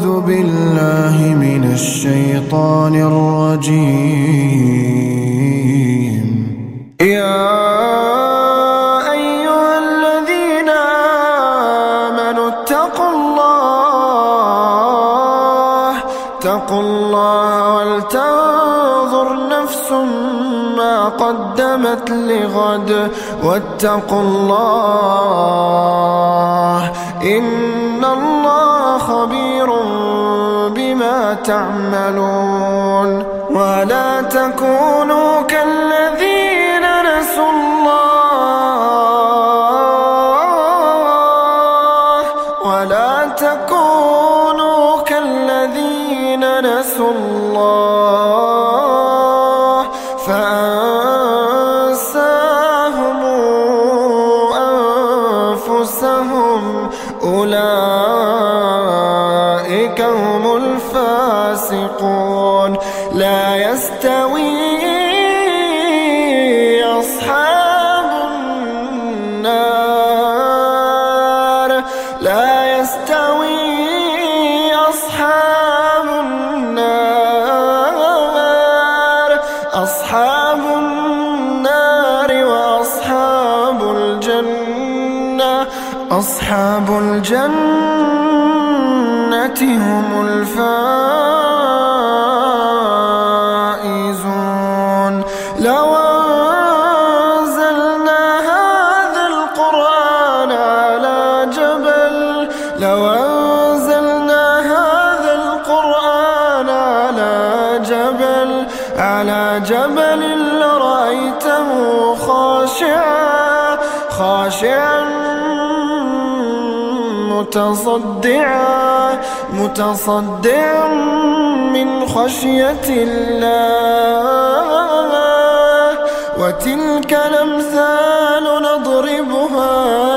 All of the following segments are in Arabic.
أعوذ بالله من الشيطان الرجيم. يا أيها الذين آمنوا اتقوا الله ولتنظر نفس ما قدمت لغد واتقوا الله إن الله خبير بما تعملون. ولا تكونوا كالذين نسوا الله فأنساهم أنفسهم أولئك هم الفاسقون. لا يستوي أصحاب النار أصحاب النار وأصحاب الجنة هم الفائزون. لو أنزلنا هذا القرآن على جبل لرأيته خاشعا متصدعا من خشية الله. وتلك الأمثال نضربها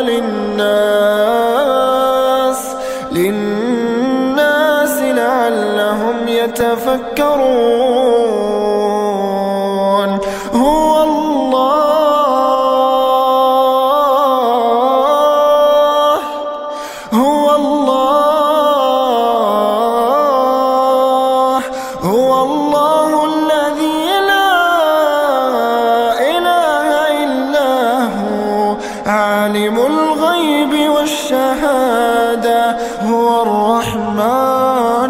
للناس لعلهم يتفكرون. هو الله الذي لا إله إلا هو عالم الغيب والشهادة هو الرحمن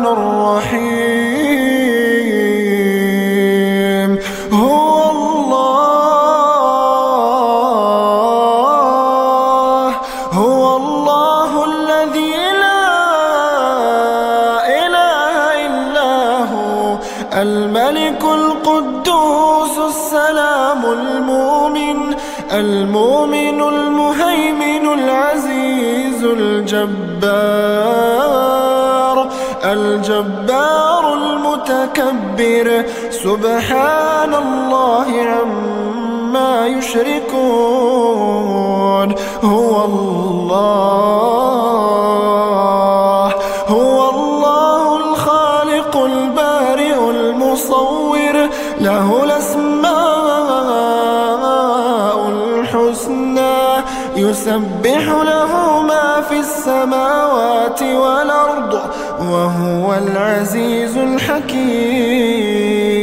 الرحيم. هو الله الذي لا إله إلا هو الملك القدوس السلام المؤمن المهيمن العزيز الجبار المتكبر سبحان الله عما يشركون. هو الله الخالق البارئ المصور له الأسماء الحسنى يسبح له ما في السماوات والأرض وهو العزيز الحكيم.